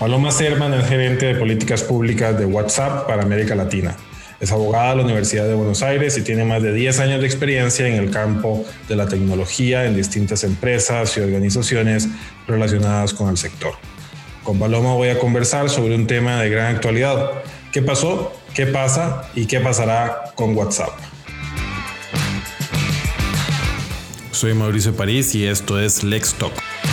Paloma Serman es gerente de políticas públicas de WhatsApp para América Latina. Es abogada de la Universidad de Buenos Aires y tiene más de 10 años de experiencia en el campo de la tecnología en distintas empresas y organizaciones relacionadas con el sector. Con Paloma voy a conversar sobre un tema de gran actualidad. ¿Qué pasó? ¿Qué pasa? ¿Y qué pasará con WhatsApp? Soy Mauricio París y esto es Lex Talk.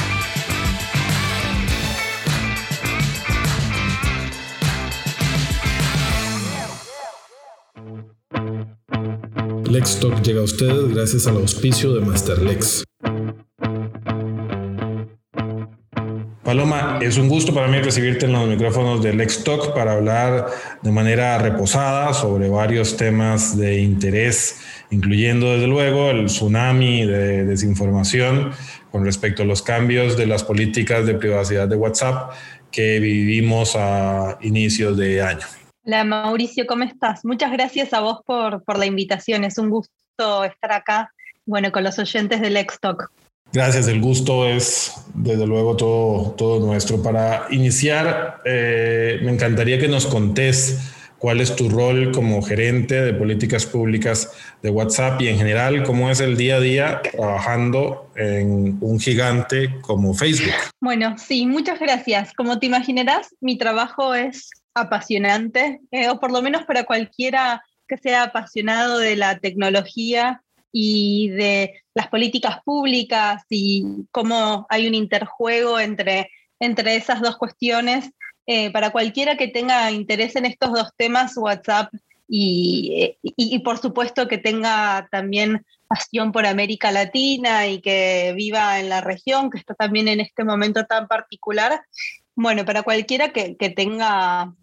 Lex Talk llega a ustedes gracias al auspicio de Masterlex. Paloma, es un gusto para mí recibirte en los micrófonos de Lex Talk para hablar de manera reposada sobre varios temas de interés, incluyendo desde luego el tsunami de desinformación con respecto a los cambios de las políticas de privacidad de WhatsApp que vivimos a inicios de año. Hola Mauricio, ¿cómo estás? Muchas gracias a vos por la invitación. Es un gusto estar acá, con los oyentes del Lex Talk. Gracias, el gusto es desde luego todo nuestro. Para iniciar, me encantaría que nos contés cuál es tu rol como gerente de políticas públicas de WhatsApp y en general cómo es el día a día trabajando en un gigante como Facebook. Bueno, sí, muchas gracias. Como te imaginarás, mi trabajo es apasionante, o por lo menos para cualquiera que sea apasionado de la tecnología y de las políticas públicas y cómo hay un interjuego entre esas dos cuestiones. Para cualquiera que tenga interés en estos dos temas, WhatsApp y por supuesto que tenga también pasión por América Latina y que viva en la región, que está también en este momento tan particular. Bueno, para cualquiera que tenga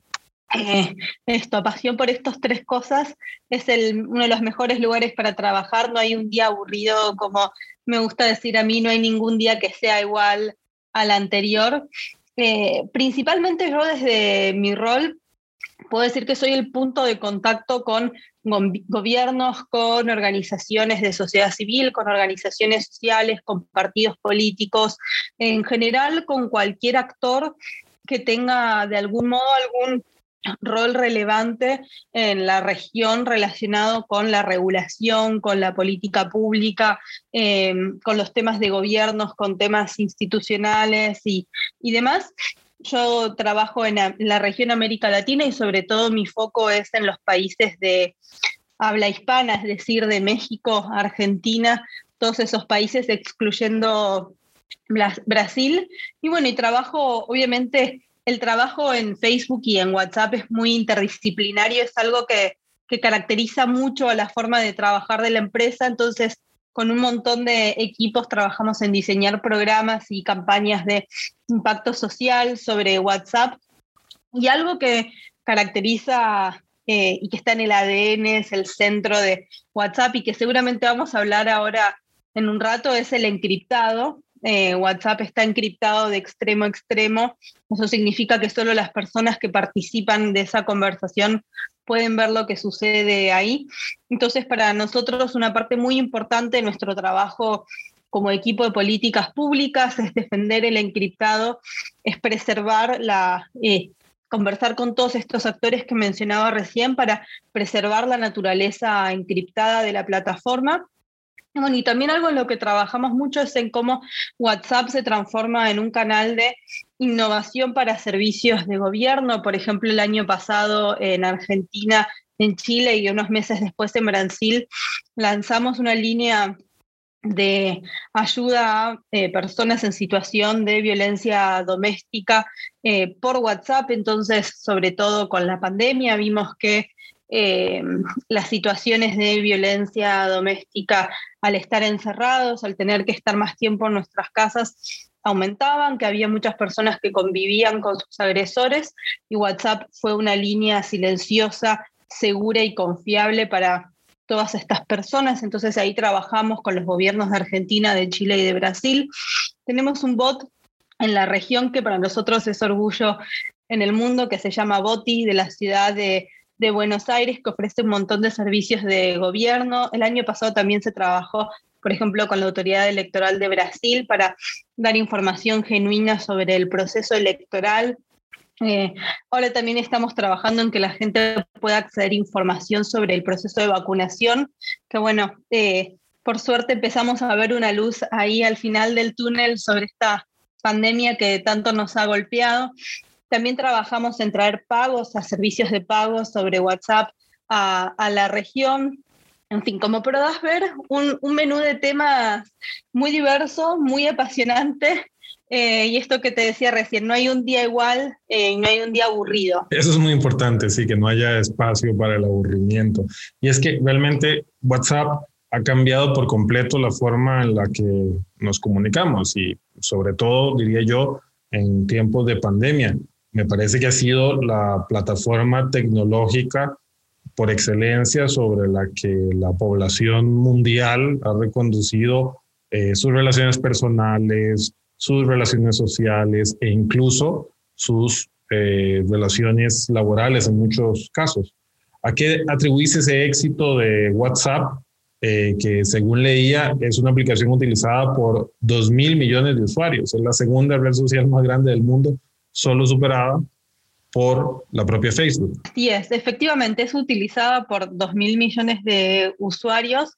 pasión por estas tres cosas, es uno de los mejores lugares para trabajar. No hay un día aburrido, como me gusta decir a mí, no hay ningún día que sea igual al anterior. Principalmente yo desde mi rol puedo decir que soy el punto de contacto con gobiernos, con organizaciones de sociedad civil, con organizaciones sociales, con partidos políticos, en general con cualquier actor que tenga de algún modo algún rol relevante en la región relacionado con la regulación, con la política pública, con los temas de gobiernos, con temas institucionales y demás. Yo trabajo en la región América Latina y sobre todo mi foco es en los países de habla hispana, es decir, de México, Argentina, todos esos países excluyendo Brasil. Y trabajo, obviamente, el trabajo en Facebook y en WhatsApp es muy interdisciplinario, es algo que caracteriza mucho a la forma de trabajar de la empresa. Entonces, con un montón de equipos trabajamos en diseñar programas y campañas de impacto social sobre WhatsApp. Y algo que caracteriza y que está en el ADN, es el centro de WhatsApp y que seguramente vamos a hablar ahora en un rato, es el encriptado. WhatsApp está encriptado de extremo a extremo. Eso significa que solo las personas que participan de esa conversación pueden ver lo que sucede ahí. Entonces, para nosotros una parte muy importante de nuestro trabajo como equipo de políticas públicas es defender el encriptado, es preservar conversar con todos estos actores que mencionaba recién para preservar la naturaleza encriptada de la plataforma. Y también algo en lo que trabajamos mucho es en cómo WhatsApp se transforma en un canal de innovación para servicios de gobierno. Por ejemplo, el año pasado en Argentina, en Chile y unos meses después en Brasil, lanzamos una línea de ayuda a personas en situación de violencia doméstica por WhatsApp. Entonces, sobre todo con la pandemia, vimos que las situaciones de violencia doméstica al estar encerrados, al tener que estar más tiempo en nuestras casas, aumentaban, que había muchas personas que convivían con sus agresores y WhatsApp fue una línea silenciosa, segura y confiable para todas estas personas. Entonces ahí trabajamos con los gobiernos de Argentina, de Chile y de Brasil. Tenemos un bot en la región que para nosotros es orgullo en el mundo, que se llama Boti, de la ciudad de Buenos Aires, que ofrece un montón de servicios de gobierno. El año pasado también se trabajó, por ejemplo, con la Autoridad Electoral de Brasil para dar información genuina sobre el proceso electoral Ahora también estamos trabajando en que la gente pueda acceder a información sobre el proceso de vacunación, que bueno, por suerte empezamos a ver una luz ahí al final del túnel sobre esta pandemia que tanto nos ha golpeado. También trabajamos en traer pagos a servicios de pago sobre WhatsApp a la región. En fin, como podrás ver, un menú de temas muy diverso, muy apasionante. Y esto que te decía recién, no hay un día igual, no hay un día aburrido. Eso es muy importante, sí, que no haya espacio para el aburrimiento. Y es que realmente WhatsApp ha cambiado por completo la forma en la que nos comunicamos y sobre todo, diría yo, en tiempos de pandemia. Me parece que ha sido la plataforma tecnológica por excelencia sobre la que la población mundial ha reconducido sus relaciones personales, sus relaciones sociales e incluso sus relaciones laborales en muchos casos. ¿A qué atribuís ese éxito de WhatsApp, que según leía es una aplicación utilizada por 2.000 millones de usuarios? Es la segunda red social más grande del mundo, solo superada por la propia Facebook. Sí, efectivamente es utilizada por 2.000 millones de usuarios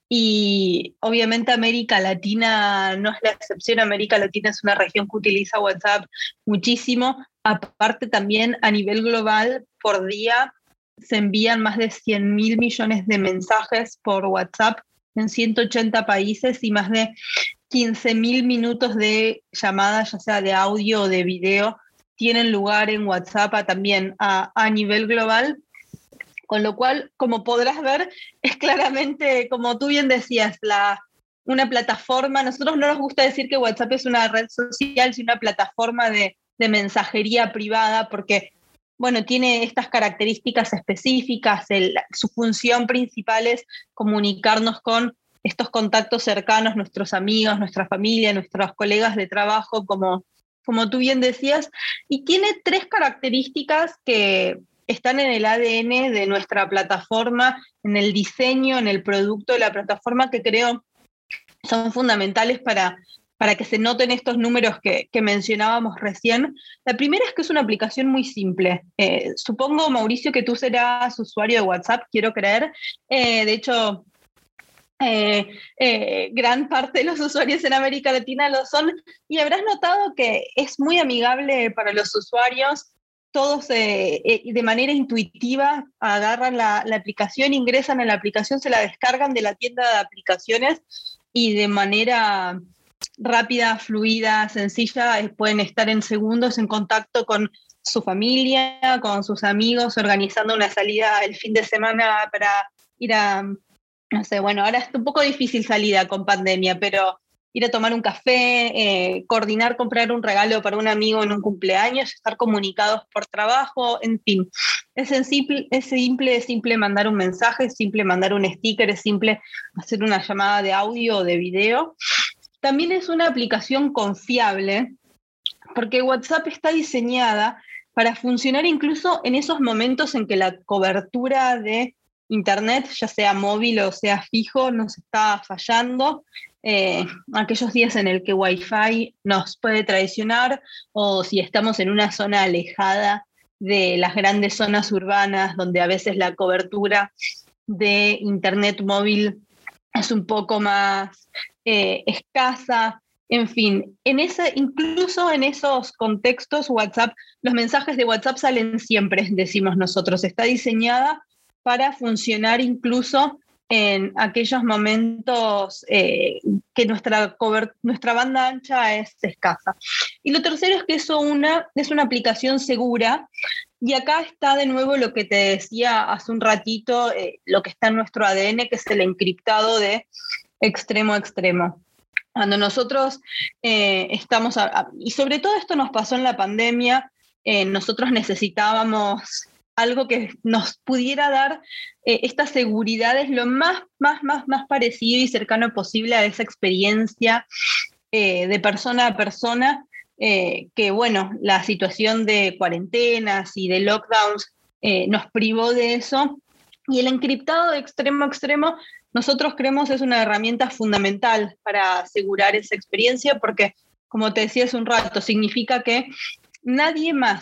y obviamente América Latina no es la excepción. América Latina es una región que utiliza WhatsApp muchísimo. Aparte también a nivel global, por día se envían más de 100.000 millones de mensajes por WhatsApp en 180 países y más de 15.000 minutos de llamada, ya sea de audio o de video, tienen lugar en WhatsApp también a nivel global, con lo cual, como podrás ver, es claramente, como tú bien decías, una plataforma. Nosotros no nos gusta decir que WhatsApp es una red social, sino una plataforma de mensajería privada, porque, bueno, tiene estas características específicas. Su función principal es comunicarnos con estos contactos cercanos, nuestros amigos, nuestra familia, nuestros colegas de trabajo, como tú bien decías, y tiene 3 características que están en el ADN de nuestra plataforma, en el diseño, en el producto de la plataforma, que creo son fundamentales para que se noten estos números que mencionábamos recién. La primera es que es una aplicación muy simple. Supongo, Mauricio, que tú serás usuario de WhatsApp, quiero creer. De hecho, gran parte de los usuarios en América Latina lo son, y habrás notado que es muy amigable para los usuarios. Todos de manera intuitiva agarran la aplicación, ingresan en la aplicación, se la descargan de la tienda de aplicaciones y de manera rápida, fluida, sencilla, pueden estar en segundos en contacto con su familia, con sus amigos, organizando una salida el fin de semana para ir a, no sé, bueno, ahora es un poco difícil salida con pandemia, pero ir a tomar un café, coordinar, comprar un regalo para un amigo en un cumpleaños, estar comunicados por trabajo, en fin. Es simple mandar un mensaje, es simple mandar un sticker, es simple hacer una llamada de audio o de video. También es una aplicación confiable, porque WhatsApp está diseñada para funcionar incluso en esos momentos en que la cobertura de Internet, ya sea móvil o sea fijo, nos está fallando. Aquellos días en el que Wi-Fi nos puede traicionar, o si estamos en una zona alejada de las grandes zonas urbanas donde a veces la cobertura de Internet móvil es un poco más escasa. En fin, incluso en esos contextos, WhatsApp, los mensajes de WhatsApp salen siempre, decimos nosotros. Está diseñada para funcionar incluso en aquellos momentos que nuestra banda ancha es escasa. Y lo tercero es que es una aplicación segura. Y acá está de nuevo lo que te decía hace un ratito, lo que está en nuestro ADN, que es el encriptado de extremo a extremo. Cuando nosotros estamos, y sobre todo esto nos pasó en la pandemia, nosotros necesitábamos algo que nos pudiera dar esta seguridad, es lo más parecido y cercano posible a esa experiencia de persona a persona, que bueno, la situación de cuarentenas y de lockdowns nos privó de eso. Y el encriptado de extremo a extremo, nosotros creemos es una herramienta fundamental para asegurar esa experiencia, porque, como te decía hace un rato, significa que nadie más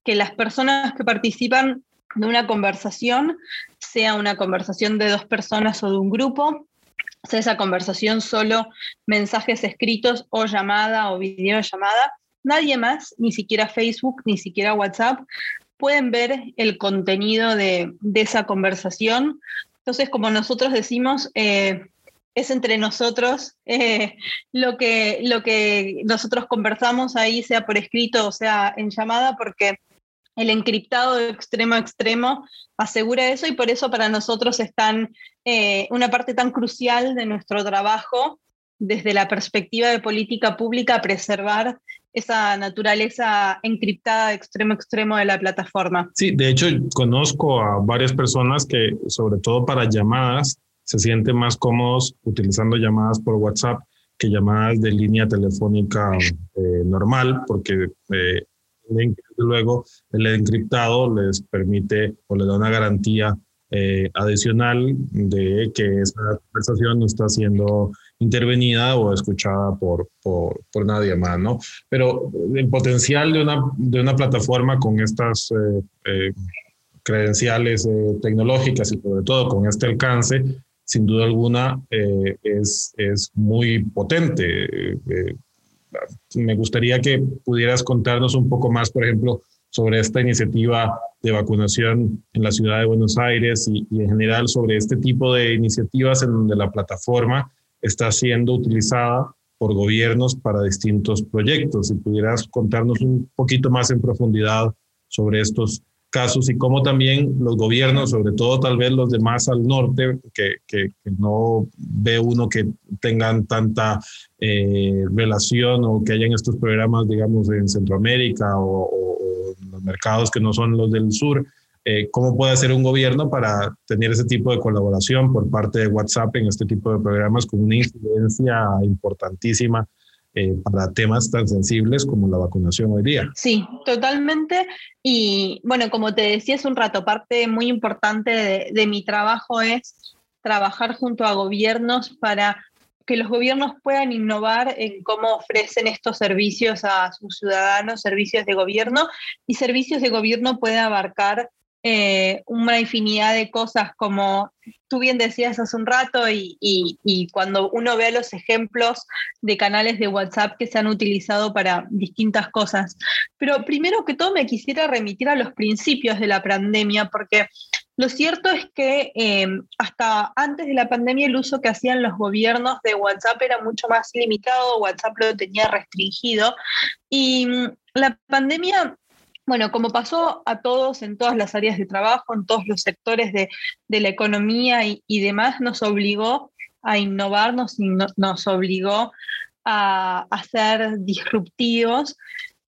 que las personas que participan de una conversación sea una conversación de 2 personas o de un grupo, sea esa conversación solo mensajes escritos o llamada o videollamada. Nadie más, ni siquiera Facebook, ni siquiera WhatsApp, pueden ver el contenido de esa conversación. Entonces, como nosotros decimos, es entre nosotros lo que nosotros conversamos ahí, sea por escrito o sea en llamada, porque el encriptado de extremo a extremo asegura eso, y por eso para nosotros es una parte tan crucial de nuestro trabajo desde la perspectiva de política pública, preservar esa naturaleza encriptada de extremo a extremo de la plataforma. Sí, de hecho conozco a varias personas que, sobre todo para llamadas, se sienten más cómodos utilizando llamadas por WhatsApp que llamadas de línea telefónica normal, porque luego el encriptado les permite o les da una garantía adicional de que esa conversación no está siendo intervenida o escuchada por nadie más, ¿no? Pero el potencial de una plataforma con estas credenciales tecnológicas y sobre todo con este alcance, sin duda alguna es muy potente. Me gustaría que pudieras contarnos un poco más, por ejemplo, sobre esta iniciativa de vacunación en la ciudad de Buenos Aires y en general sobre este tipo de iniciativas en donde la plataforma está siendo utilizada por gobiernos para distintos proyectos. Si pudieras contarnos un poquito más en profundidad sobre estos casos y cómo también los gobiernos, sobre todo tal vez los de más al norte, que no ve uno que tengan tanta relación o que hayan estos programas, digamos, en Centroamérica o en los mercados que no son los del sur, cómo puede hacer un gobierno para tener ese tipo de colaboración por parte de WhatsApp en este tipo de programas con una incidencia importantísima para temas tan sensibles como la vacunación hoy día. Sí, totalmente. Y bueno, como te decía hace un rato, parte muy importante de mi trabajo es trabajar junto a gobiernos para que los gobiernos puedan innovar en cómo ofrecen estos servicios a sus ciudadanos, servicios de gobierno, y servicios de gobierno puede abarcar una infinidad de cosas, como tú bien decías hace un rato, y cuando uno ve los ejemplos de canales de WhatsApp que se han utilizado para distintas cosas. Pero primero que todo me quisiera remitir a los principios de la pandemia, porque lo cierto es que hasta antes de la pandemia el uso que hacían los gobiernos de WhatsApp era mucho más limitado, WhatsApp lo tenía restringido, y la pandemia, bueno, como pasó a todos en todas las áreas de trabajo, en todos los sectores de la economía y demás, nos obligó a innovarnos y nos obligó a ser disruptivos.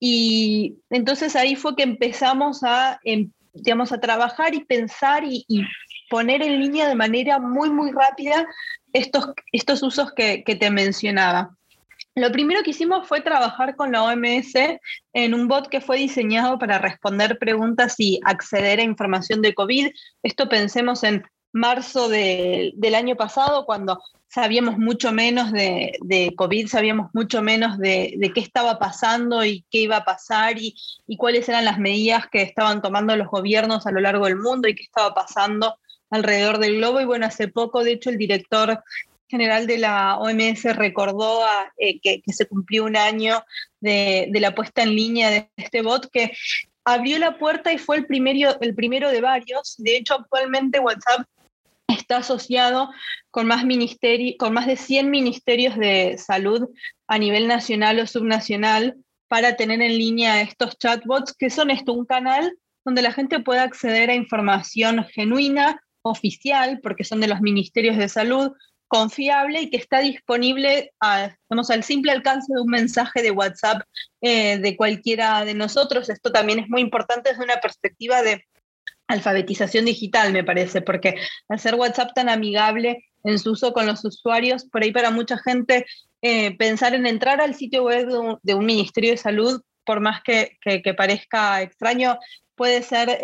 Y entonces ahí fue que empezamos digamos, a trabajar y pensar y poner en línea de manera muy, muy rápida estos usos que te mencionaba. Lo primero que hicimos fue trabajar con la OMS en un bot que fue diseñado para responder preguntas y acceder a información de COVID. Esto pensemos en marzo del año pasado, cuando sabíamos mucho menos de COVID, sabíamos mucho menos de qué estaba pasando y qué iba a pasar y cuáles eran las medidas que estaban tomando los gobiernos a lo largo del mundo y qué estaba pasando alrededor del globo. Y bueno, hace poco, de hecho, el director general de la OMS recordó que se cumplió un año de la puesta en línea de este bot, que abrió la puerta y fue el primero de varios. De hecho, actualmente WhatsApp está asociado con más de 100 ministerios de salud a nivel nacional o subnacional para tener en línea estos chatbots, que son un canal donde la gente puede acceder a información genuina, oficial, porque son de los ministerios de salud, confiable, y que está disponible al simple alcance de un mensaje de WhatsApp de cualquiera de nosotros. Esto también es muy importante desde una perspectiva de alfabetización digital, me parece, porque al ser WhatsApp tan amigable en su uso con los usuarios, por ahí para mucha gente pensar en entrar al sitio web de un ministerio de salud, por más que parezca extraño, puede ser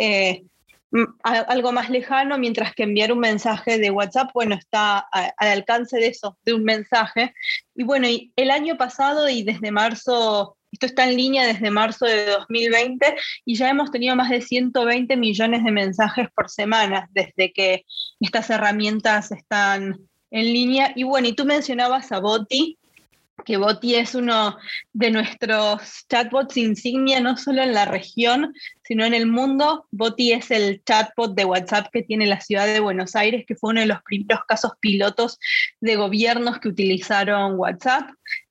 algo más lejano, mientras que enviar un mensaje de WhatsApp, bueno, está al alcance de un mensaje. Y bueno, y el año pasado y desde marzo Esto está en línea desde marzo de 2020 y ya hemos tenido más de 120 millones de mensajes por semana desde que estas herramientas están en línea. Y bueno, y tú mencionabas a Boti, que Boti es uno de nuestros chatbots insignia, no solo en la región, sino en el mundo. Boti es el chatbot de WhatsApp que tiene la ciudad de Buenos Aires, que fue uno de los primeros casos pilotos de gobiernos que utilizaron WhatsApp.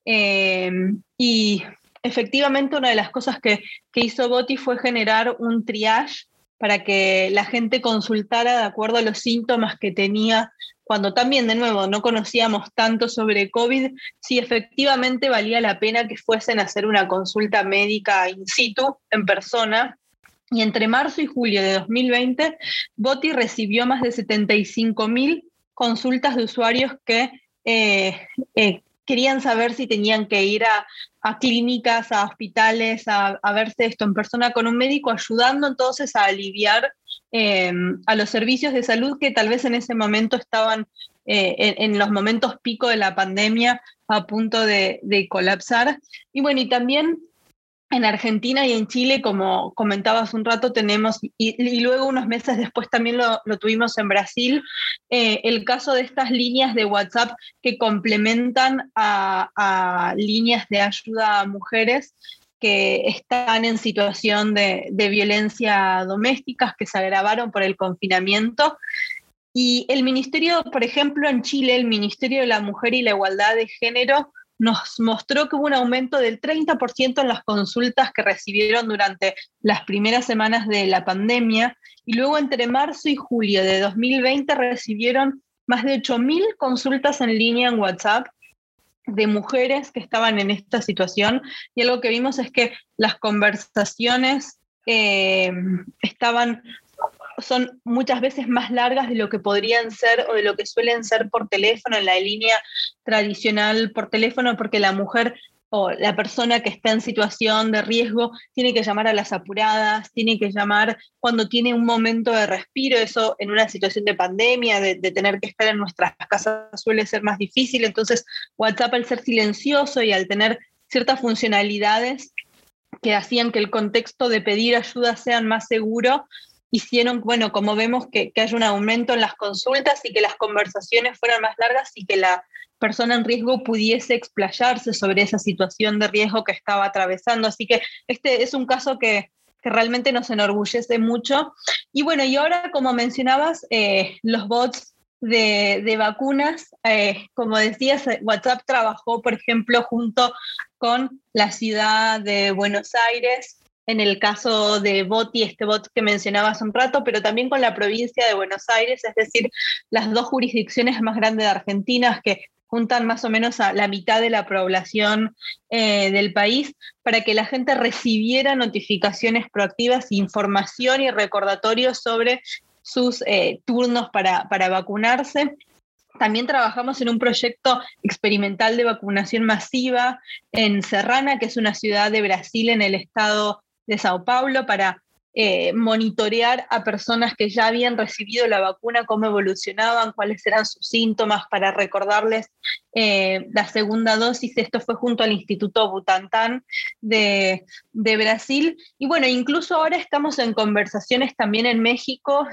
Y efectivamente una de las cosas que hizo Boti fue generar un triage para que la gente consultara de acuerdo a los síntomas que tenía, cuando también, de nuevo, no conocíamos tanto sobre COVID, si efectivamente valía la pena que fuesen a hacer una consulta médica in situ, en persona. Y entre marzo y julio de 2020, Boti recibió más de 75.000 consultas de usuarios que querían saber si tenían que ir a clínicas, a hospitales, a verse esto en persona con un médico, ayudando entonces a aliviar a los servicios de salud que tal vez en ese momento estaban en los momentos pico de la pandemia a punto de colapsar. Y bueno, y también en Argentina y en Chile, como comentabas un rato, tenemos, y luego unos meses después también lo tuvimos en Brasil, el caso de estas líneas de WhatsApp que complementan a líneas de ayuda a mujeres que están en situación de violencia doméstica, que se agravaron por el confinamiento. Y el ministerio, por ejemplo, en Chile, el Ministerio de la Mujer y la Igualdad de Género, nos mostró que hubo un aumento del 30% en las consultas que recibieron durante las primeras semanas de la pandemia, y luego entre marzo y julio de 2020 recibieron más de 8.000 consultas en línea en WhatsApp de mujeres que estaban en esta situación, y algo que vimos es que las conversaciones son muchas veces más largas de lo que podrían ser o de lo que suelen ser por teléfono, en la línea tradicional por teléfono, porque la mujer o la persona que está en situación de riesgo tiene que llamar a las apuradas, tiene que llamar cuando tiene un momento de respiro. Eso en una situación de pandemia, de tener que estar en nuestras casas, suele ser más difícil. Entonces WhatsApp, al ser silencioso y al tener ciertas funcionalidades que hacían que el contexto de pedir ayuda sea más seguro, hicieron, bueno, como vemos, que haya un aumento en las consultas y que las conversaciones fueran más largas y que la persona en riesgo pudiese explayarse sobre esa situación de riesgo que estaba atravesando. Así que este es un caso que realmente nos enorgullece mucho. Y bueno, y ahora, como mencionabas, los bots de vacunas, como decías, WhatsApp trabajó, por ejemplo, junto con la ciudad de Buenos Aires, en el caso de Boti, este bot que mencionaba hace un rato, pero también con la provincia de Buenos Aires, es decir, las dos jurisdicciones más grandes de Argentina, que juntan más o menos a la mitad de la población del país, para que la gente recibiera notificaciones proactivas, información y recordatorios sobre sus turnos para vacunarse. También trabajamos en un proyecto experimental de vacunación masiva en Serrana, que es una ciudad de Brasil en el estado de Sao Paulo, para monitorear a personas que ya habían recibido la vacuna, cómo evolucionaban, cuáles eran sus síntomas, para recordarles la segunda dosis. Esto fue junto al Instituto Butantan de Brasil. Y bueno, incluso ahora estamos en conversaciones también en México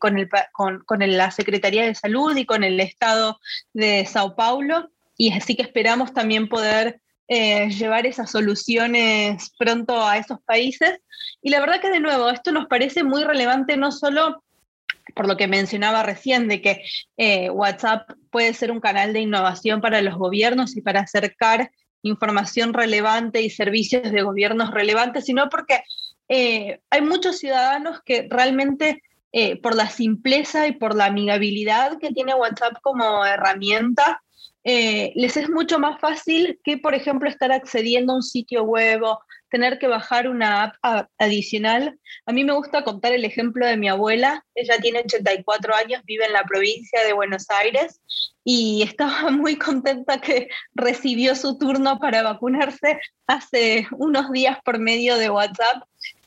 con la Secretaría de Salud y con el Estado de Sao Paulo, y así que esperamos también poder llevar esas soluciones pronto a esos países. Y la verdad que, de nuevo, esto nos parece muy relevante, no solo por lo que mencionaba recién, de que WhatsApp puede ser un canal de innovación para los gobiernos y para acercar información relevante y servicios de gobiernos relevantes, sino porque hay muchos ciudadanos que realmente, por la simpleza y por la amigabilidad que tiene WhatsApp como herramienta, les es mucho más fácil que, por ejemplo, estar accediendo a un sitio web o tener que bajar una app adicional. A mí me gusta contar el ejemplo de mi abuela. Ella tiene 84 años, vive en la provincia de Buenos Aires y estaba muy contenta que recibió su turno para vacunarse hace unos días por medio de WhatsApp.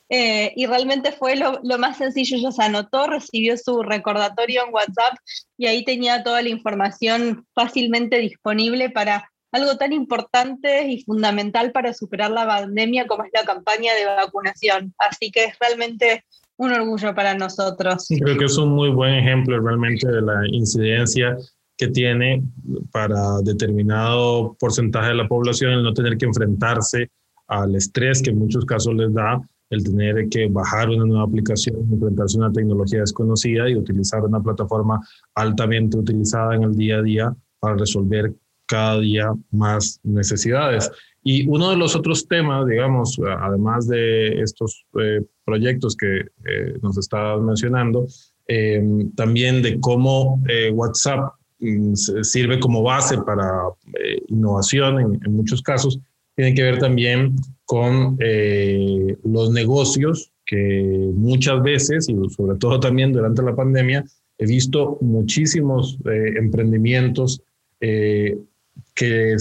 Y realmente fue lo más sencillo. Ella se anotó, recibió su recordatorio en WhatsApp y ahí tenía toda la información fácilmente disponible para algo tan importante y fundamental para superar la pandemia como es la campaña de vacunación. Así que es realmente un orgullo para nosotros. Creo que es un muy buen ejemplo realmente de la incidencia que tiene para determinado porcentaje de la población el no tener que enfrentarse al estrés que en muchos casos les da el tener que bajar una nueva aplicación, enfrentarse a una tecnología desconocida y utilizar una plataforma altamente utilizada en el día a día para resolver cada día más necesidades. Y uno de los otros temas, digamos, además de estos proyectos que nos estabas mencionando, también de cómo WhatsApp sirve como base para innovación en muchos casos, tiene que ver también con los negocios que muchas veces, y sobre todo también durante la pandemia, he visto muchísimos emprendimientos que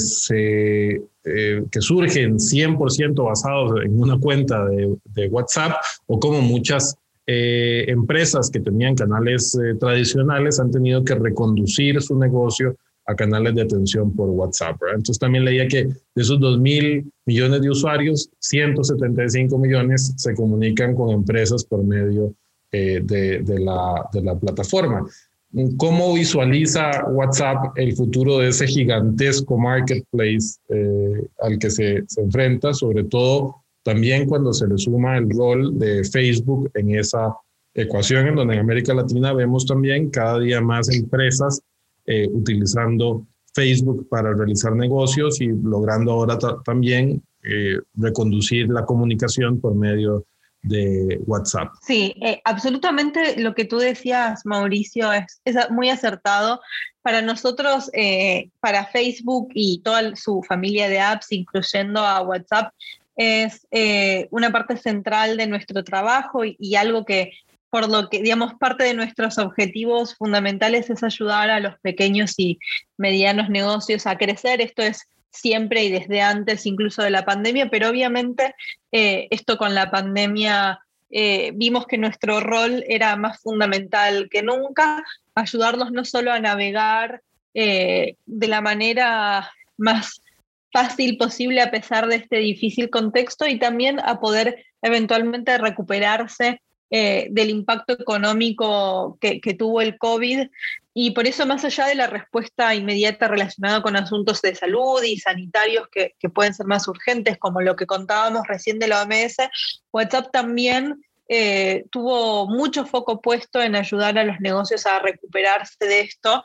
surgen 100% basados en una cuenta de WhatsApp, o como muchas empresas que tenían canales tradicionales han tenido que reconducir su negocio a canales de atención por WhatsApp, ¿verdad? Entonces también leía que de esos 2.000 millones de usuarios, 175 millones se comunican con empresas por medio de la plataforma. ¿Cómo visualiza WhatsApp el futuro de ese gigantesco marketplace al que se enfrenta, sobre todo también cuando se le suma el rol de Facebook en esa ecuación, en donde en América Latina vemos también cada día más empresas utilizando Facebook para realizar negocios y logrando ahora también reconducir la comunicación por medio de WhatsApp? Sí, absolutamente lo que tú decías, Mauricio, es muy acertado. Para nosotros, para Facebook y toda su familia de apps, incluyendo a WhatsApp, es una parte central de nuestro trabajo y algo que, por lo que, digamos, parte de nuestros objetivos fundamentales es ayudar a los pequeños y medianos negocios a crecer. Esto es siempre y desde antes incluso de la pandemia, pero obviamente esto con la pandemia vimos que nuestro rol era más fundamental que nunca, ayudarlos no solo a navegar de la manera más fácil posible a pesar de este difícil contexto y también a poder eventualmente recuperarse del impacto económico que tuvo el COVID. Y por eso, más allá de la respuesta inmediata relacionada con asuntos de salud y sanitarios que pueden ser más urgentes, como lo que contábamos recién de la OMS, WhatsApp también tuvo mucho foco puesto en ayudar a los negocios a recuperarse de esto.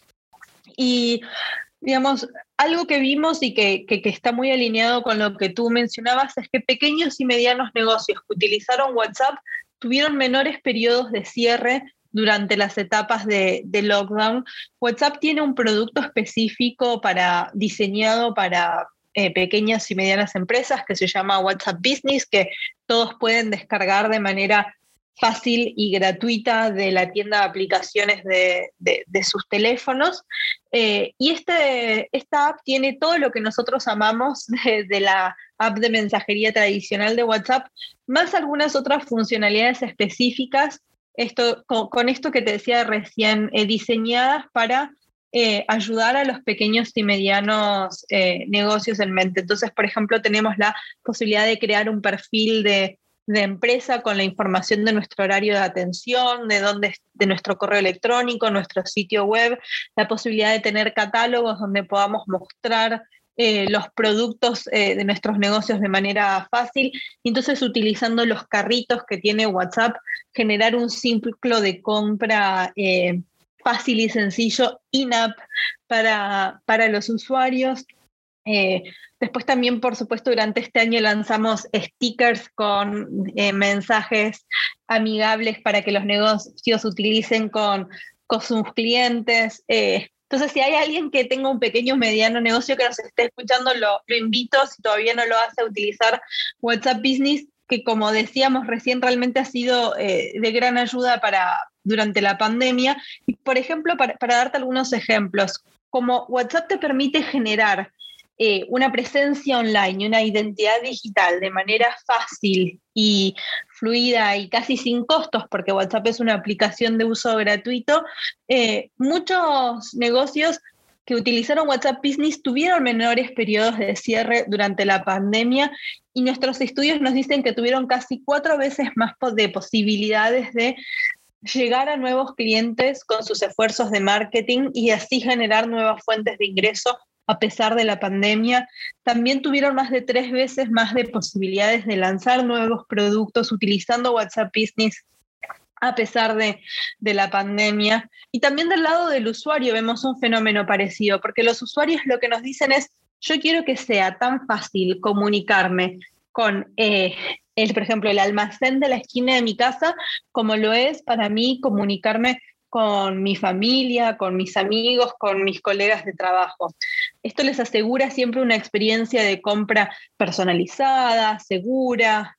Y, digamos, algo que vimos y que está muy alineado con lo que tú mencionabas es que pequeños y medianos negocios que utilizaron WhatsApp tuvieron menores periodos de cierre durante las etapas de lockdown. WhatsApp tiene un producto específico diseñado para pequeñas y medianas empresas que se llama WhatsApp Business, que todos pueden descargar de manera fácil y gratuita de la tienda de aplicaciones de sus teléfonos. Y esta app tiene todo lo que nosotros amamos de la app de mensajería tradicional de WhatsApp, más algunas otras funcionalidades específicas, con esto que te decía recién, diseñadas para ayudar a los pequeños y medianos negocios en mente. Entonces, por ejemplo, tenemos la posibilidad de crear un perfil de empresa con la información de nuestro horario de atención, de nuestro correo electrónico, nuestro sitio web, la posibilidad de tener catálogos donde podamos mostrar los productos de nuestros negocios de manera fácil. Y entonces, utilizando los carritos que tiene WhatsApp, generar un ciclo de compra fácil y sencillo in-app para los usuarios. Después también, por supuesto, durante este año lanzamos stickers con mensajes amigables para que los negocios utilicen con sus clientes. Entonces, si hay alguien que tenga un pequeño o mediano negocio que nos esté escuchando, lo invito, si todavía no lo hace, a utilizar WhatsApp Business, que, como decíamos recién, realmente ha sido de gran ayuda durante la pandemia. Y, por ejemplo, para darte algunos ejemplos, como WhatsApp te permite generar una presencia online y una identidad digital de manera fácil y fluida y casi sin costos, porque WhatsApp es una aplicación de uso gratuito, muchos negocios que utilizaron WhatsApp Business tuvieron menores periodos de cierre durante la pandemia y nuestros estudios nos dicen que tuvieron casi 4 veces más de posibilidades de llegar a nuevos clientes con sus esfuerzos de marketing y así generar nuevas fuentes de ingreso a pesar de la pandemia. También tuvieron más de 3 veces más de posibilidades de lanzar nuevos productos utilizando WhatsApp Business a pesar de la pandemia. Y también del lado del usuario vemos un fenómeno parecido, porque los usuarios lo que nos dicen es, yo quiero que sea tan fácil comunicarme con, por ejemplo, el almacén de la esquina de mi casa, como lo es para mí comunicarme con mi familia, con mis amigos, con mis colegas de trabajo. Esto les asegura siempre una experiencia de compra personalizada, segura,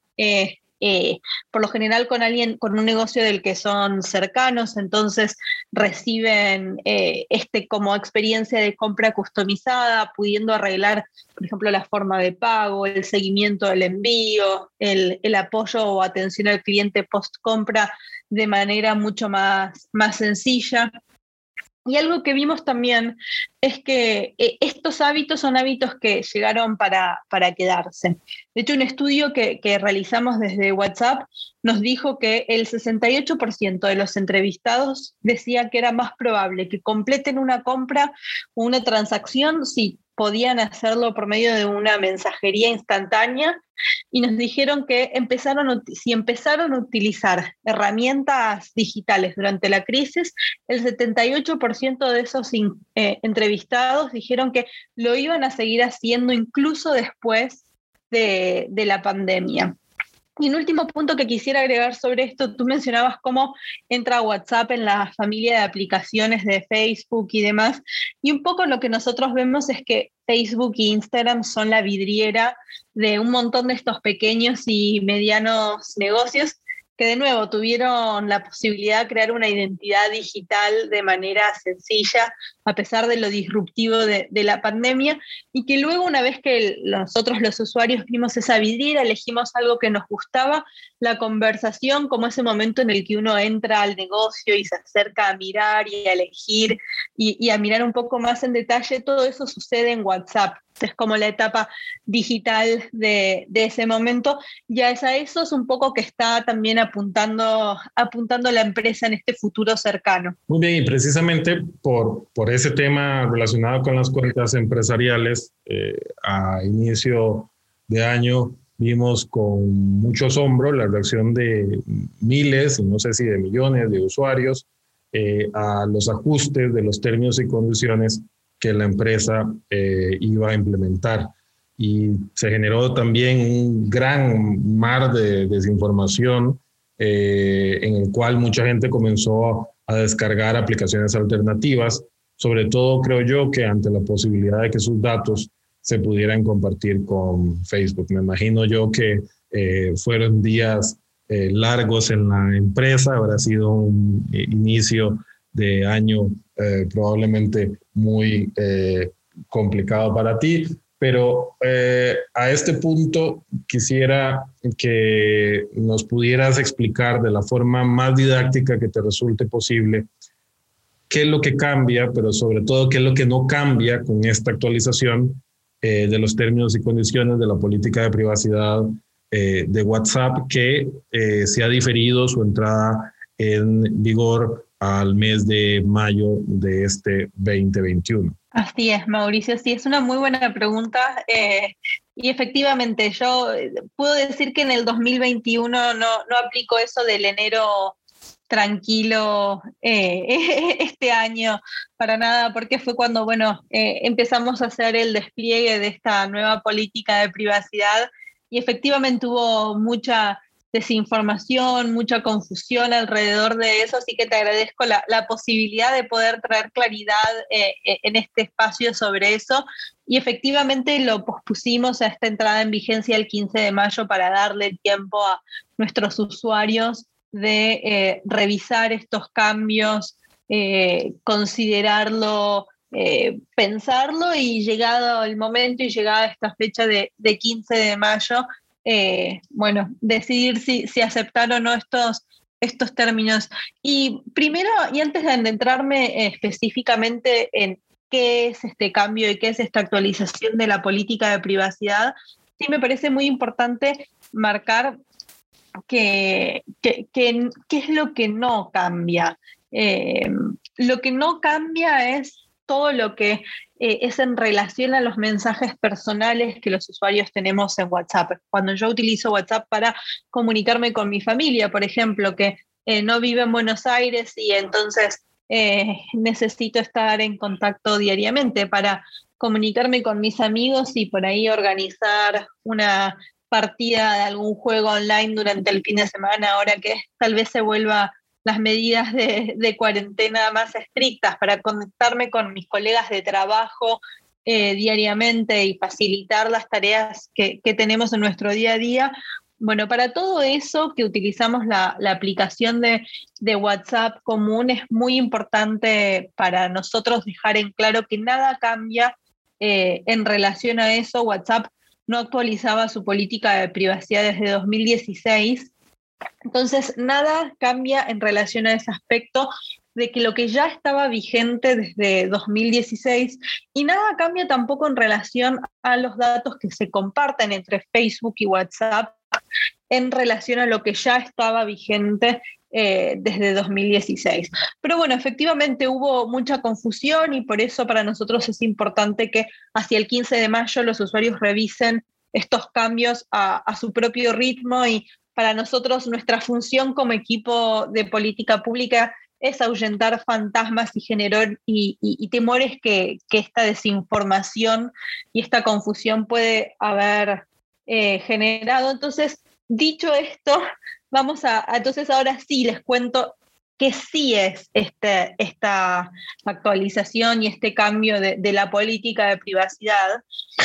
por lo general con alguien, con un negocio del que son cercanos, entonces reciben como experiencia de compra customizada, pudiendo arreglar, por ejemplo, la forma de pago, el seguimiento del envío, el apoyo o atención al cliente post-compra de manera mucho más sencilla. Y algo que vimos también es que estos hábitos son hábitos que llegaron para quedarse. De hecho, un estudio que realizamos desde WhatsApp nos dijo que el 68% de los entrevistados decía que era más probable que completen una compra o una transacción si podían hacerlo por medio de una mensajería instantánea, y nos dijeron que si empezaron a utilizar herramientas digitales durante la crisis, el 78% de esos entrevistados dijeron que lo iban a seguir haciendo incluso después de la pandemia. Y un último punto que quisiera agregar sobre esto, tú mencionabas cómo entra WhatsApp en la familia de aplicaciones de Facebook y demás, y un poco lo que nosotros vemos es que Facebook e Instagram son la vidriera de un montón de estos pequeños y medianos negocios que de nuevo tuvieron la posibilidad de crear una identidad digital de manera sencilla, a pesar de lo disruptivo de la pandemia, y que luego, una vez que nosotros los usuarios vimos esa vidriera, elegimos algo que nos gustaba, la conversación, como ese momento en el que uno entra al negocio y se acerca a mirar y a elegir y a mirar un poco más en detalle, todo eso sucede en WhatsApp. Es como la etapa digital de ese momento. Ya es a eso es un poco que está también apuntando la empresa en este futuro cercano. Muy bien, y precisamente por ese tema relacionado con las cuentas empresariales, a inicio de año vimos con mucho asombro la reacción de miles, no sé si de millones de usuarios, a los ajustes de los términos y condiciones que la empresa iba a implementar. Y se generó también un gran mar de desinformación en el cual mucha gente comenzó a descargar aplicaciones alternativas, sobre todo creo yo que ante la posibilidad de que sus datos se pudieran compartir con Facebook. Me imagino yo que fueron días largos en la empresa, habrá sido un inicio de año probablemente muy complicado para ti, pero a este punto quisiera que nos pudieras explicar de la forma más didáctica que te resulte posible qué es lo que cambia, pero sobre todo qué es lo que no cambia con esta actualización de los términos y condiciones de la política de privacidad de WhatsApp, que se ha diferido su entrada en vigor al mes de mayo de este 2021. Así es, Mauricio, sí, es una muy buena pregunta y efectivamente yo puedo decir que en el 2021 no aplico eso del enero tranquilo este año para nada, porque fue cuando empezamos a hacer el despliegue de esta nueva política de privacidad y efectivamente hubo mucha desinformación, mucha confusión alrededor de eso, así que te agradezco la posibilidad de poder traer claridad en este espacio sobre eso, y efectivamente lo pospusimos a esta entrada en vigencia el 15 de mayo para darle tiempo a nuestros usuarios de revisar estos cambios, considerarlo, pensarlo, y llegado el momento y llegada esta fecha de 15 de mayo, decidir si aceptar o no estos términos. Y primero, y antes de adentrarme específicamente en qué es este cambio y qué es esta actualización de la política de privacidad, sí me parece muy importante marcar qué es lo que no cambia. Lo que no cambia es todo lo que es en relación a los mensajes personales que los usuarios tenemos en WhatsApp. Cuando yo utilizo WhatsApp para comunicarme con mi familia, por ejemplo, que no vive en Buenos Aires y entonces necesito estar en contacto diariamente para comunicarme con mis amigos y por ahí organizar una partida de algún juego online durante el fin de semana, ahora que tal vez se vuelva las medidas de cuarentena más estrictas, para conectarme con mis colegas de trabajo diariamente y facilitar las tareas que tenemos en nuestro día a día. Bueno, para todo eso que utilizamos la aplicación de WhatsApp común, es muy importante para nosotros dejar en claro que nada cambia en relación a eso. WhatsApp no actualizaba su política de privacidad desde 2016. Entonces, nada cambia en relación a ese aspecto de que lo que ya estaba vigente desde 2016, y nada cambia tampoco en relación a los datos que se comparten entre Facebook y WhatsApp en relación a lo que ya estaba vigente desde 2016. Pero bueno, efectivamente hubo mucha confusión y por eso para nosotros es importante que hacia el 15 de mayo los usuarios revisen estos cambios a su propio ritmo, y para nosotros nuestra función como equipo de política pública es ahuyentar fantasmas y temores que esta desinformación y esta confusión puede haber generado. Entonces, dicho esto, entonces ahora sí les cuento que sí es esta actualización y este cambio de la política de privacidad.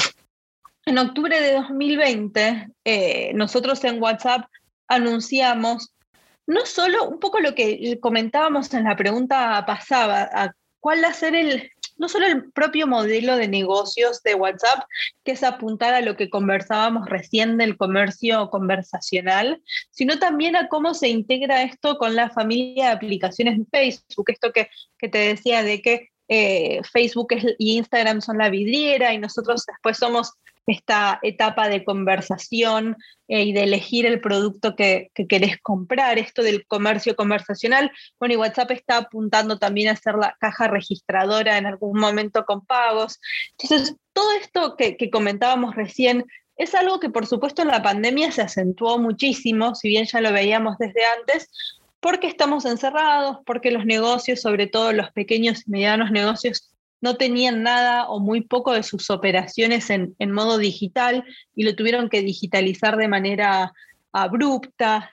En octubre de 2020, nosotros en WhatsApp anunciamos no solo un poco lo que comentábamos en la pregunta pasada, cuál va a ser no solo el propio modelo de negocios de WhatsApp, que es apuntar a lo que conversábamos recién del comercio conversacional, sino también a cómo se integra esto con la familia de aplicaciones de Facebook, esto que te decía de que Facebook y Instagram son la vidriera y nosotros después somos esta etapa de conversación y de elegir el producto que querés comprar, esto del comercio conversacional. Bueno, y WhatsApp está apuntando también a ser la caja registradora en algún momento con pagos. Entonces, todo esto que comentábamos recién es algo que por supuesto en la pandemia se acentuó muchísimo, si bien ya lo veíamos desde antes, porque estamos encerrados, porque los negocios, sobre todo los pequeños y medianos negocios, no tenían nada o muy poco de sus operaciones en modo digital y lo tuvieron que digitalizar de manera abrupta.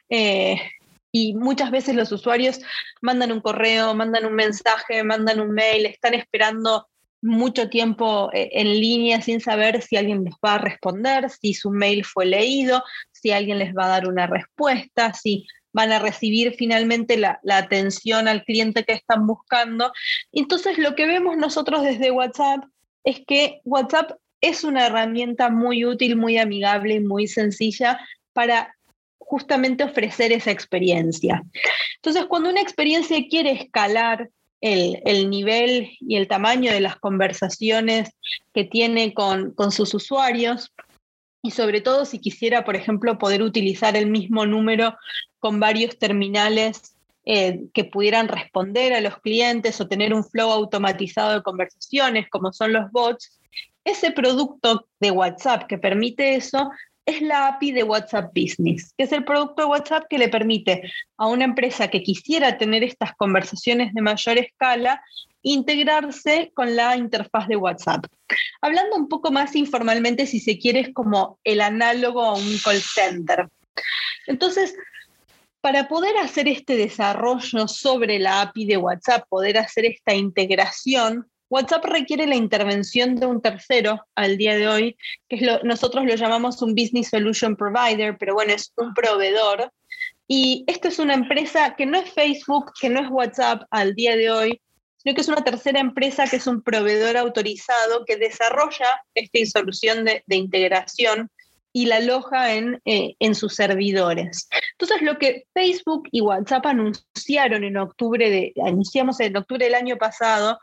Y muchas veces los usuarios mandan un correo, mandan un mensaje, mandan un mail, están esperando mucho tiempo en línea sin saber si alguien les va a responder, si su mail fue leído, si alguien les va a dar una respuesta, si van a recibir finalmente la atención al cliente que están buscando. Entonces, lo que vemos nosotros desde WhatsApp es que WhatsApp es una herramienta muy útil, muy amigable y muy sencilla para justamente ofrecer esa experiencia. Entonces, cuando una experiencia quiere escalar el nivel y el tamaño de las conversaciones que tiene con sus usuarios, y sobre todo si quisiera, por ejemplo, poder utilizar el mismo número con varios terminales que pudieran responder a los clientes o tener un flow automatizado de conversaciones, como son los bots, ese producto de WhatsApp que permite eso es la API de WhatsApp Business, que es el producto de WhatsApp que le permite a una empresa que quisiera tener estas conversaciones de mayor escala integrarse con la interfaz de WhatsApp. Hablando un poco más informalmente, si se quiere, es como el análogo a un call center. Entonces, para poder hacer este desarrollo sobre la API de WhatsApp, poder hacer esta integración, WhatsApp requiere la intervención de un tercero al día de hoy, que es nosotros lo llamamos un Business Solution Provider, pero bueno, es un proveedor. Y esto es una empresa que no es Facebook, que no es WhatsApp al día de hoy, sino que es una tercera empresa que es un proveedor autorizado que desarrolla esta solución de integración y la aloja en sus servidores. Entonces, lo que Facebook y WhatsApp anunciamos en octubre del año pasado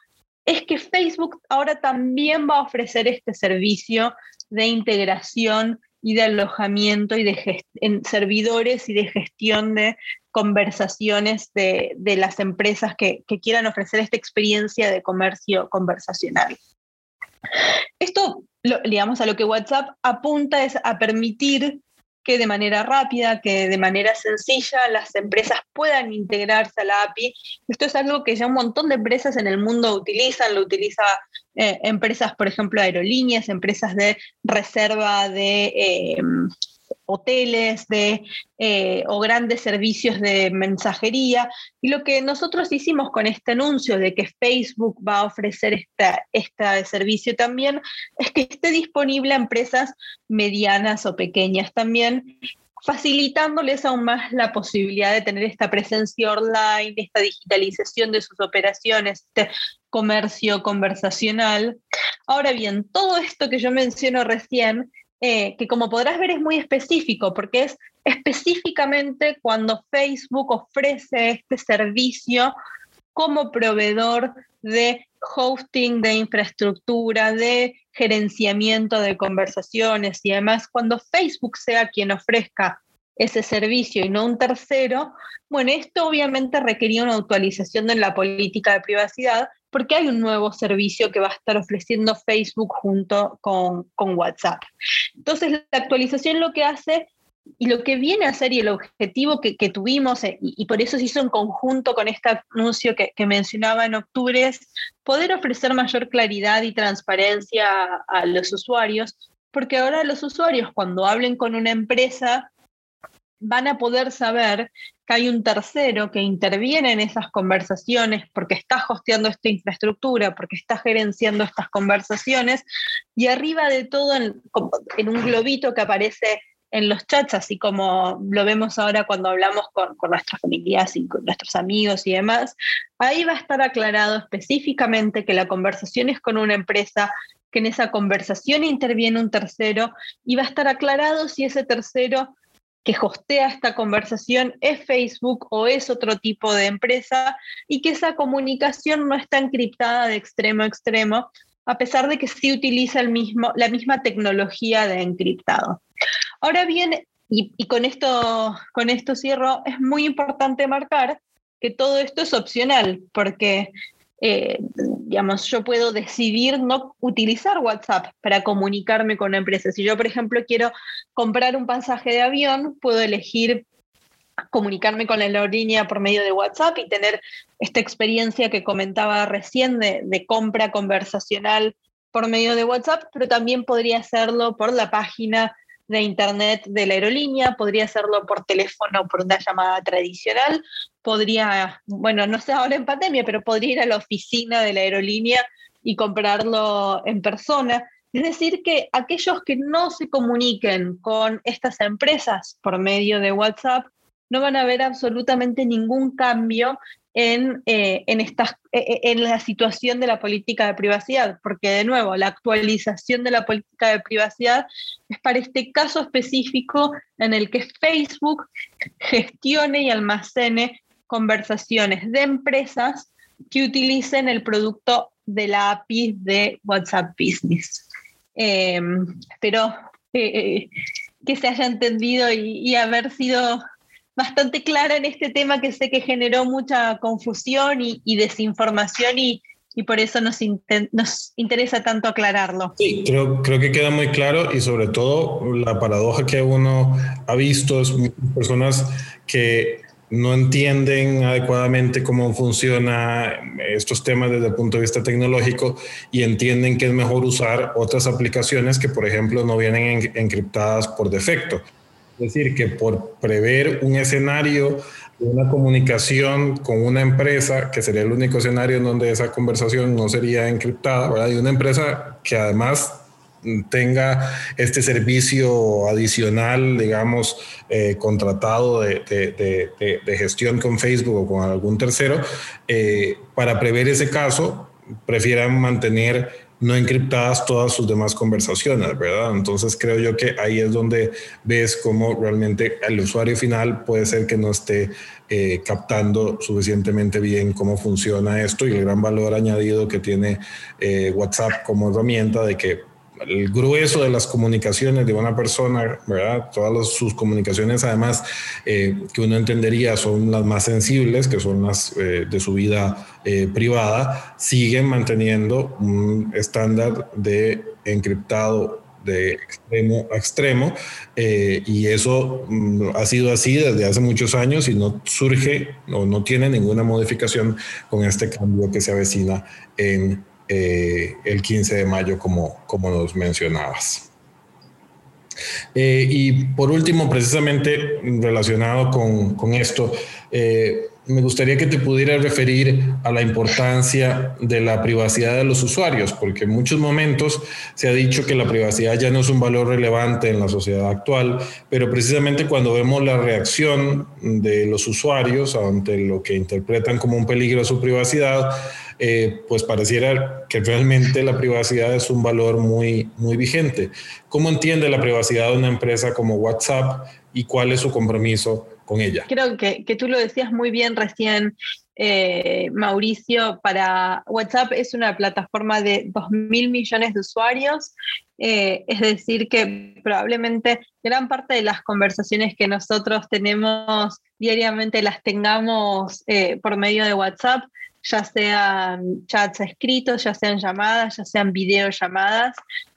es que Facebook ahora también va a ofrecer este servicio de integración y de alojamiento y en servidores y de gestión de conversaciones de las empresas que quieran ofrecer esta experiencia de comercio conversacional. Esto, digamos, a lo que WhatsApp apunta es a permitir que de manera rápida, que de manera sencilla las empresas puedan integrarse a la API. Esto es algo que ya un montón de empresas en el mundo utilizan, lo utiliza empresas, por ejemplo, aerolíneas, empresas de reserva de hoteles o grandes servicios de mensajería. Y lo que nosotros hicimos con este anuncio de que Facebook va a ofrecer este servicio también es que esté disponible a empresas medianas o pequeñas también, facilitándoles aún más la posibilidad de tener esta presencia online, esta digitalización de sus operaciones, este comercio conversacional. Ahora bien, todo esto que yo menciono recién, que como podrás ver es muy específico, porque es específicamente cuando Facebook ofrece este servicio como proveedor de hosting, de infraestructura, de gerenciamiento de conversaciones y demás, cuando Facebook sea quien ofrezca ese servicio y no un tercero, bueno, esto obviamente requería una actualización en la política de privacidad, porque hay un nuevo servicio que va a estar ofreciendo Facebook junto con WhatsApp. Entonces, la actualización lo que hace y lo que viene a ser y el objetivo que tuvimos, y por eso se hizo en conjunto con este anuncio que mencionaba en octubre, es poder ofrecer mayor claridad y transparencia a los usuarios, porque ahora los usuarios cuando hablen con una empresa van a poder saber que hay un tercero que interviene en esas conversaciones porque está hosteando esta infraestructura, porque está gerenciando estas conversaciones, y arriba de todo en un globito que aparece en los chats, así como lo vemos ahora cuando hablamos con nuestras familias y con nuestros amigos y demás, ahí va a estar aclarado específicamente que la conversación es con una empresa, que en esa conversación interviene un tercero, y va a estar aclarado si ese tercero que hostea esta conversación es Facebook o es otro tipo de empresa, y que esa comunicación no está encriptada de extremo a extremo, a pesar de que sí utiliza la misma tecnología de encriptado. Ahora bien, y con esto cierro, es muy importante marcar que todo esto es opcional, porque digamos, yo puedo decidir no utilizar WhatsApp para comunicarme con una empresa. Si yo, por ejemplo, quiero comprar un pasaje de avión, puedo elegir comunicarme con la aerolínea por medio de WhatsApp y tener esta experiencia que comentaba recién de compra conversacional por medio de WhatsApp, pero también podría hacerlo por la página de internet de la aerolínea, podría hacerlo por teléfono, por una llamada tradicional, podría, bueno, no sé ahora en pandemia, pero podría ir a la oficina de la aerolínea y comprarlo en persona. Es decir, que aquellos que no se comuniquen con estas empresas por medio de WhatsApp no van a ver absolutamente ningún cambio en la situación de la política de privacidad, porque de nuevo, la actualización de la política de privacidad es para este caso específico en el que Facebook gestione y almacene conversaciones de empresas que utilicen el producto de la API de WhatsApp Business. Espero que se haya entendido y haber sido bastante clara en este tema, que sé que generó mucha confusión y desinformación, y por eso nos interesa tanto aclararlo. Sí, creo que queda muy claro, y sobre todo la paradoja que uno ha visto es muchas personas que no entienden adecuadamente cómo funcionan estos temas desde el punto de vista tecnológico, y entienden que es mejor usar otras aplicaciones que, por ejemplo, no vienen encriptadas por defecto. Es decir, que por prever un escenario de una comunicación con una empresa, que sería el único escenario en donde esa conversación no sería encriptada, ¿verdad? Y una empresa que además tenga este servicio adicional, digamos, contratado de gestión con Facebook o con algún tercero, para prever ese caso, prefieran mantener no encriptadas todas sus demás conversaciones, ¿verdad? Entonces creo yo que ahí es donde ves cómo realmente el usuario final puede ser que no esté captando suficientemente bien cómo funciona esto, y el gran valor añadido que tiene WhatsApp como herramienta de que el grueso de las comunicaciones de una persona, ¿verdad? Sus comunicaciones, además, que uno entendería son las más sensibles, que son las de su vida privada, siguen manteniendo un estándar de encriptado de extremo a extremo, y eso ha sido así desde hace muchos años y no surge o no tiene ninguna modificación con este cambio que se avecina en el 15 de mayo, como nos mencionabas. Y por último, precisamente relacionado con esto, me gustaría que te pudieras referir a la importancia de la privacidad de los usuarios, porque en muchos momentos se ha dicho que la privacidad ya no es un valor relevante en la sociedad actual, pero precisamente cuando vemos la reacción de los usuarios ante lo que interpretan como un peligro a su privacidad, pues pareciera que realmente la privacidad es un valor muy, muy vigente. ¿Cómo entiende la privacidad de una empresa como WhatsApp y cuál es su compromiso con ella? Creo que tú lo decías muy bien recién, Mauricio. Para WhatsApp es una plataforma de 2.000 millones de usuarios, es decir, que probablemente gran parte de las conversaciones que nosotros tenemos diariamente las tengamos por medio de WhatsApp, ya sean chats escritos, ya sean llamadas, ya sean videollamadas.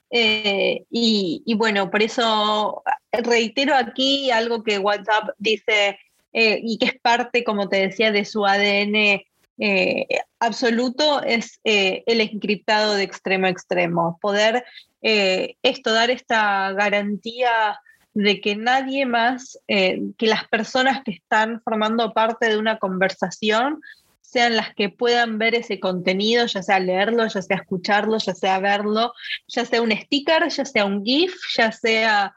Y bueno, por eso reitero aquí algo que WhatsApp dice, y que es parte, como te decía, de su ADN absoluto, es el encriptado de extremo a extremo. Poder dar esta garantía de que nadie más, que las personas que están formando parte de una conversación sean las que puedan ver ese contenido, ya sea leerlo, ya sea escucharlo, ya sea verlo, ya sea un sticker, ya sea un GIF, ya sea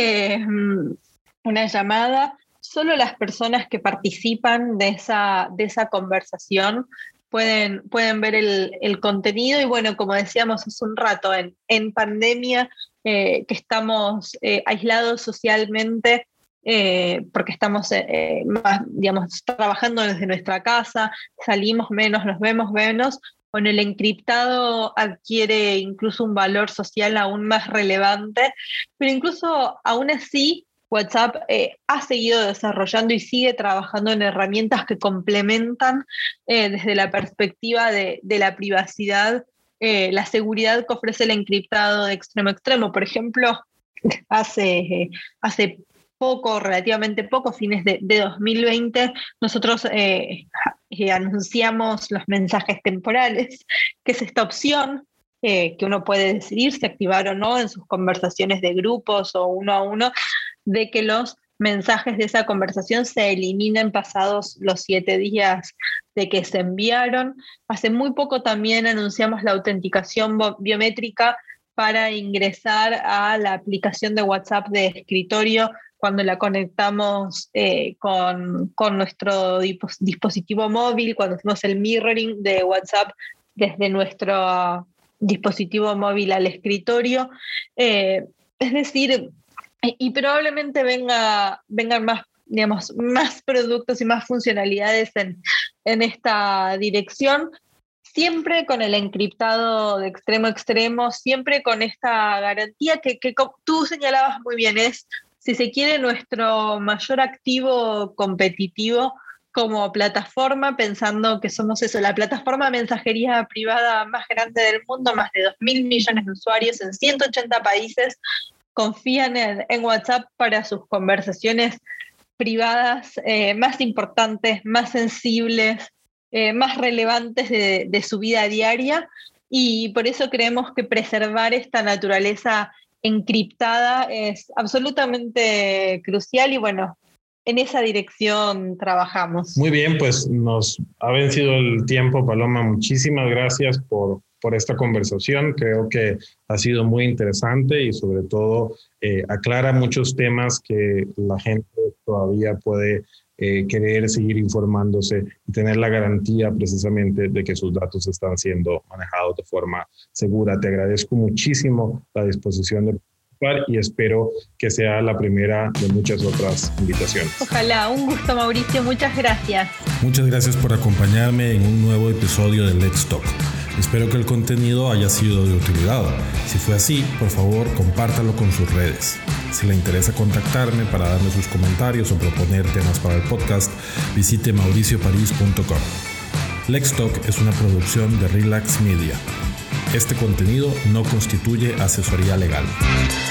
una llamada. Solo las personas que participan de esa conversación pueden ver el contenido. Y bueno, como decíamos hace un rato, en pandemia, que estamos aislados socialmente, porque estamos más, digamos, trabajando desde nuestra casa, salimos menos, nos vemos menos. Bueno, el encriptado adquiere incluso un valor social aún más relevante, pero incluso aún así WhatsApp ha seguido desarrollando y sigue trabajando en herramientas que complementan desde la perspectiva de la privacidad, la seguridad que ofrece el encriptado de extremo a extremo. Por ejemplo, hace poco, relativamente poco, fines de 2020, nosotros anunciamos los mensajes temporales, que es esta opción que uno puede decidir si activar o no en sus conversaciones de grupos o uno a uno, de que los mensajes de esa conversación se eliminen pasados los 7 días de que se enviaron. Hace muy poco también anunciamos la autenticación biométrica para ingresar a la aplicación de WhatsApp de escritorio cuando la conectamos con nuestro dispositivo móvil, cuando hacemos el mirroring de WhatsApp desde nuestro dispositivo móvil al escritorio. Es decir, y probablemente vengan más, digamos, más productos y más funcionalidades en esta dirección, siempre con el encriptado de extremo a extremo, siempre con esta garantía que como tú señalabas muy bien, es, si se quiere, nuestro mayor activo competitivo como plataforma, pensando que somos eso, la plataforma de mensajería privada más grande del mundo, más de 2.000 millones de usuarios en 180 países confían en WhatsApp para sus conversaciones privadas más importantes, más sensibles, más relevantes de su vida diaria, y por eso creemos que preservar esta naturaleza encriptada es absolutamente crucial y bueno, en esa dirección trabajamos. Muy bien, pues nos ha vencido el tiempo, Paloma. Muchísimas gracias por esta conversación. Creo que ha sido muy interesante y sobre todo aclara muchos temas que la gente todavía puede querer seguir informándose y tener la garantía precisamente de que sus datos están siendo manejados de forma segura. Te agradezco muchísimo la disposición de participar y espero que sea la primera de muchas otras invitaciones. Ojalá. Un gusto, Mauricio. Muchas gracias. Muchas gracias por acompañarme en un nuevo episodio de Let's Talk. Espero que el contenido haya sido de utilidad. Si fue así, por favor, compártalo con sus redes. Si le interesa contactarme para darme sus comentarios o proponer temas para el podcast, visite mauricioparis.com. Let's Talk es una producción de Relax Media. Este contenido no constituye asesoría legal.